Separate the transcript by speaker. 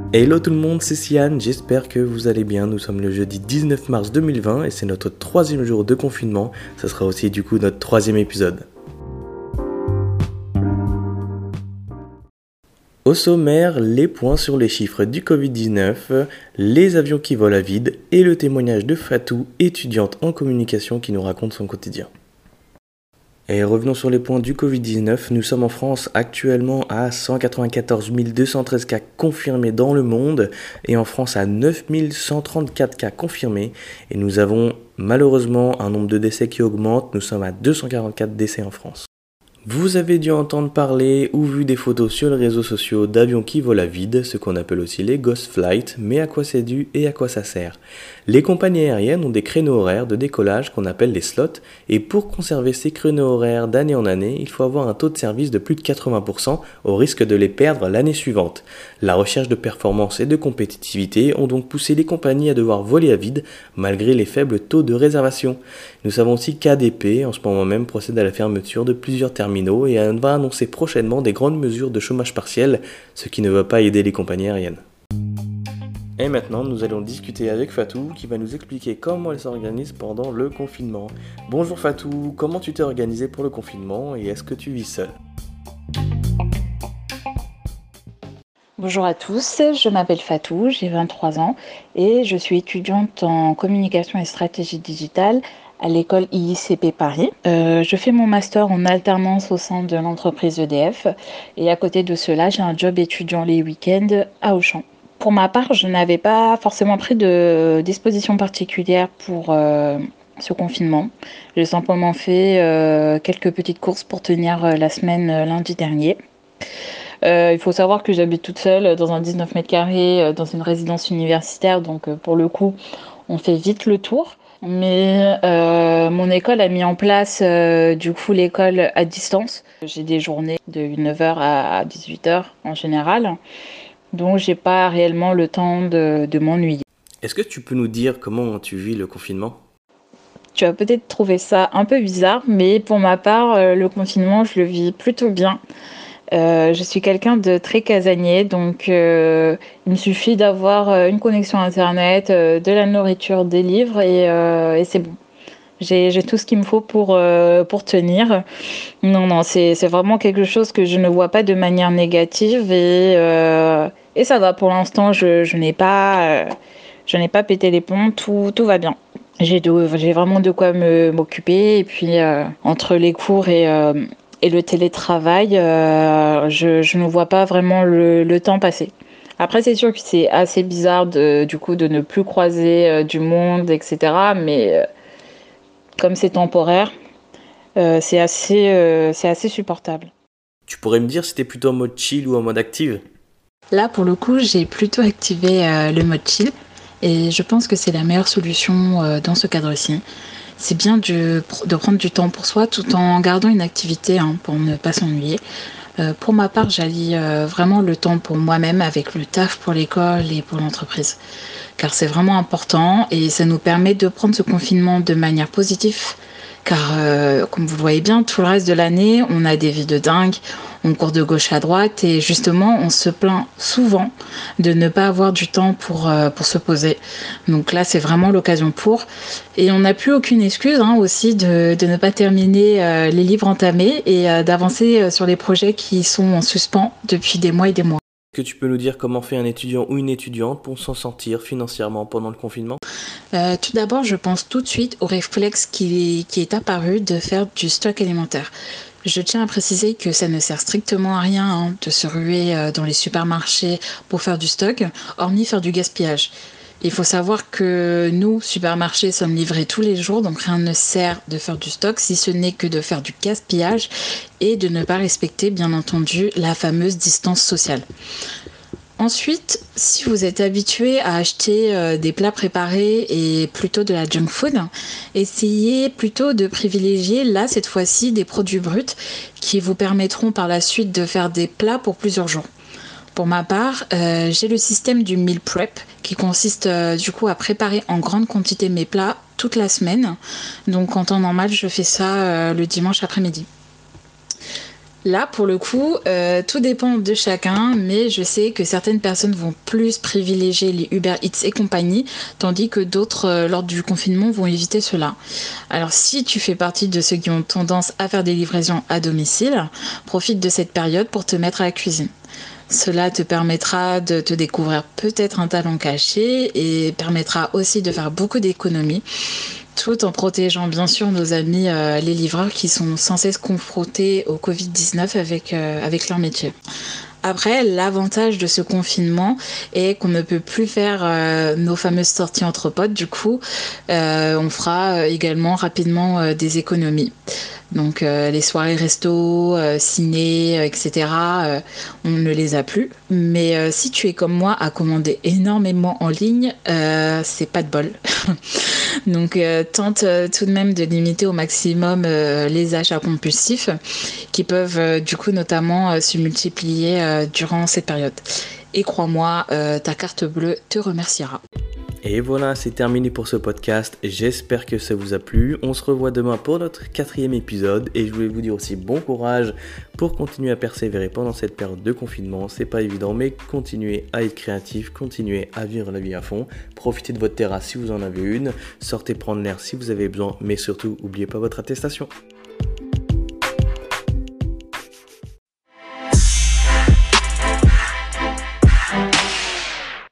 Speaker 1: Hello tout le monde, c'est Sian, j'espère que vous allez bien. Nous sommes le jeudi 19 mars 2020 et c'est notre 3e jour de confinement. Ça sera aussi du coup notre 3e épisode. Au sommaire, les points sur les chiffres du Covid-19, les avions qui volent à vide et le témoignage de Fatou, étudiante en communication qui nous raconte son quotidien. Et revenons sur les points du Covid-19. Nous sommes en France actuellement à 194 213 cas confirmés dans le monde et en France à 9 134 cas confirmés. Et nous avons malheureusement un nombre de décès qui augmente. Nous sommes à 244 décès en France. Vous avez dû entendre parler ou vu des photos sur les réseaux sociaux d'avions qui volent à vide, ce qu'on appelle aussi les ghost flights, mais à quoi c'est dû et à quoi ça sert? Les compagnies aériennes ont des créneaux horaires de décollage qu'on appelle les slots, et pour conserver ces créneaux horaires d'année en année, il faut avoir un taux de service de plus de 80% au risque de les perdre l'année suivante. La recherche de performance et de compétitivité ont donc poussé les compagnies à devoir voler à vide, malgré les faibles taux de réservation. Nous savons aussi qu'ADP, en ce moment même, procède à la fermeture de plusieurs terminaux et va annoncer prochainement des grandes mesures de chômage partiel, ce qui ne va pas aider les compagnies aériennes. Et maintenant, nous allons discuter avec Fatou qui va nous expliquer comment elle s'organise pendant le confinement. Bonjour Fatou, comment tu t'es organisée pour le confinement et est-ce que tu vis seule ?
Speaker 2: Bonjour à tous, je m'appelle Fatou, j'ai 23 ans et je suis étudiante en communication et stratégie digitale à l'école IICP Paris. Je fais mon master en alternance au sein de l'entreprise EDF et à côté de cela, j'ai un job étudiant les week-ends à Auchan. Pour ma part, je n'avais pas forcément pris de dispositions particulières pour ce confinement. J'ai simplement fait quelques petites courses pour tenir la semaine lundi dernier. Il faut savoir que j'habite toute seule dans un 19 mètres carrés dans une résidence universitaire, donc pour le coup, on fait vite le tour. Mais mon école a mis en place du coup l'école à distance. J'ai des journées de 9h à 18h en général, donc j'ai pas réellement le temps de m'ennuyer.
Speaker 1: Est-ce que tu peux nous dire comment tu vis le confinement ?
Speaker 2: Tu vas peut-être trouver ça un peu bizarre, mais pour ma part, le confinement, je le vis plutôt bien. Je suis quelqu'un de très casanier, donc il me suffit d'avoir une connexion internet, de la nourriture, des livres et c'est bon. J'ai tout ce qu'il me faut pour tenir. Non, c'est vraiment quelque chose que je ne vois pas de manière négative et ça va pour l'instant. Je n'ai pas pété les plombs, tout va bien. J'ai vraiment de quoi m'occuper et puis entre les cours et le télétravail, je ne vois pas vraiment le temps passer. Après, c'est sûr que c'est assez bizarre du coup de ne plus croiser du monde, etc. Mais comme c'est temporaire, c'est assez supportable.
Speaker 1: Tu pourrais me dire si t'es plutôt en mode chill ou en mode active ?
Speaker 2: Là, pour le coup, j'ai plutôt activé le mode chill et je pense que c'est la meilleure solution dans ce cadre-ci. C'est bien de prendre du temps pour soi tout en gardant une activité pour ne pas s'ennuyer. Pour ma part, j'allie vraiment le temps pour moi-même avec le taf pour l'école et pour l'entreprise. Car c'est vraiment important et ça nous permet de prendre ce confinement de manière positive. Car comme vous le voyez bien, tout le reste de l'année, on a des vies de dingue, on court de gauche à droite et justement, on se plaint souvent de ne pas avoir du temps pour se poser. Donc là, c'est vraiment l'occasion pour. Et on n'a plus aucune excuse aussi de ne pas terminer les livres entamés et d'avancer sur les projets qui sont en suspens depuis des mois et des mois.
Speaker 1: Est-ce que tu peux nous dire comment fait un étudiant ou une étudiante pour s'en sortir financièrement pendant le confinement ?
Speaker 2: Tout d'abord, je pense tout de suite au réflexe qui est apparu de faire du stock alimentaire. Je tiens à préciser que ça ne sert strictement à rien de se ruer dans les supermarchés pour faire du stock, hormis faire du gaspillage. Il faut savoir que nous, supermarchés, sommes livrés tous les jours, donc rien ne sert de faire du stock, si ce n'est que de faire du gaspillage et de ne pas respecter, bien entendu, la fameuse distance sociale. Ensuite, si vous êtes habitué à acheter des plats préparés et plutôt de la junk food, essayez plutôt de privilégier là cette fois-ci des produits bruts qui vous permettront par la suite de faire des plats pour plusieurs jours. Pour ma part, j'ai le système du meal prep qui consiste du coup à préparer en grande quantité mes plats toute la semaine. Donc en temps normal, je fais ça le dimanche après-midi. Là, pour le coup, tout dépend de chacun, mais je sais que certaines personnes vont plus privilégier les Uber Eats et compagnie, tandis que d'autres, lors du confinement, vont éviter cela. Alors, si tu fais partie de ceux qui ont tendance à faire des livraisons à domicile, profite de cette période pour te mettre à la cuisine. Cela te permettra de te découvrir peut-être un talent caché et permettra aussi de faire beaucoup d'économies tout en protégeant bien sûr nos amis les livreurs qui sont sans cesse confrontés au Covid-19 avec leur métier. Après, l'avantage de ce confinement est qu'on ne peut plus faire nos fameuses sorties entre potes. Du coup, on fera également rapidement des économies. Donc les soirées resto, ciné, etc., on ne les a plus. Mais si tu es comme moi à commander énormément en ligne, c'est pas de bol. Donc tente tout de même de limiter au maximum les achats compulsifs qui peuvent du coup notamment se multiplier durant cette période. Et crois-moi, ta carte bleue te remerciera.
Speaker 1: Et voilà, c'est terminé pour ce podcast. J'espère que ça vous a plu. On se revoit demain pour notre 4e épisode. Et je voulais vous dire aussi bon courage pour continuer à persévérer pendant cette période de confinement. C'est pas évident, mais continuez à être créatif, continuez à vivre la vie à fond. Profitez de votre terrasse si vous en avez une. Sortez prendre l'air si vous avez besoin. Mais surtout, n'oubliez pas votre attestation.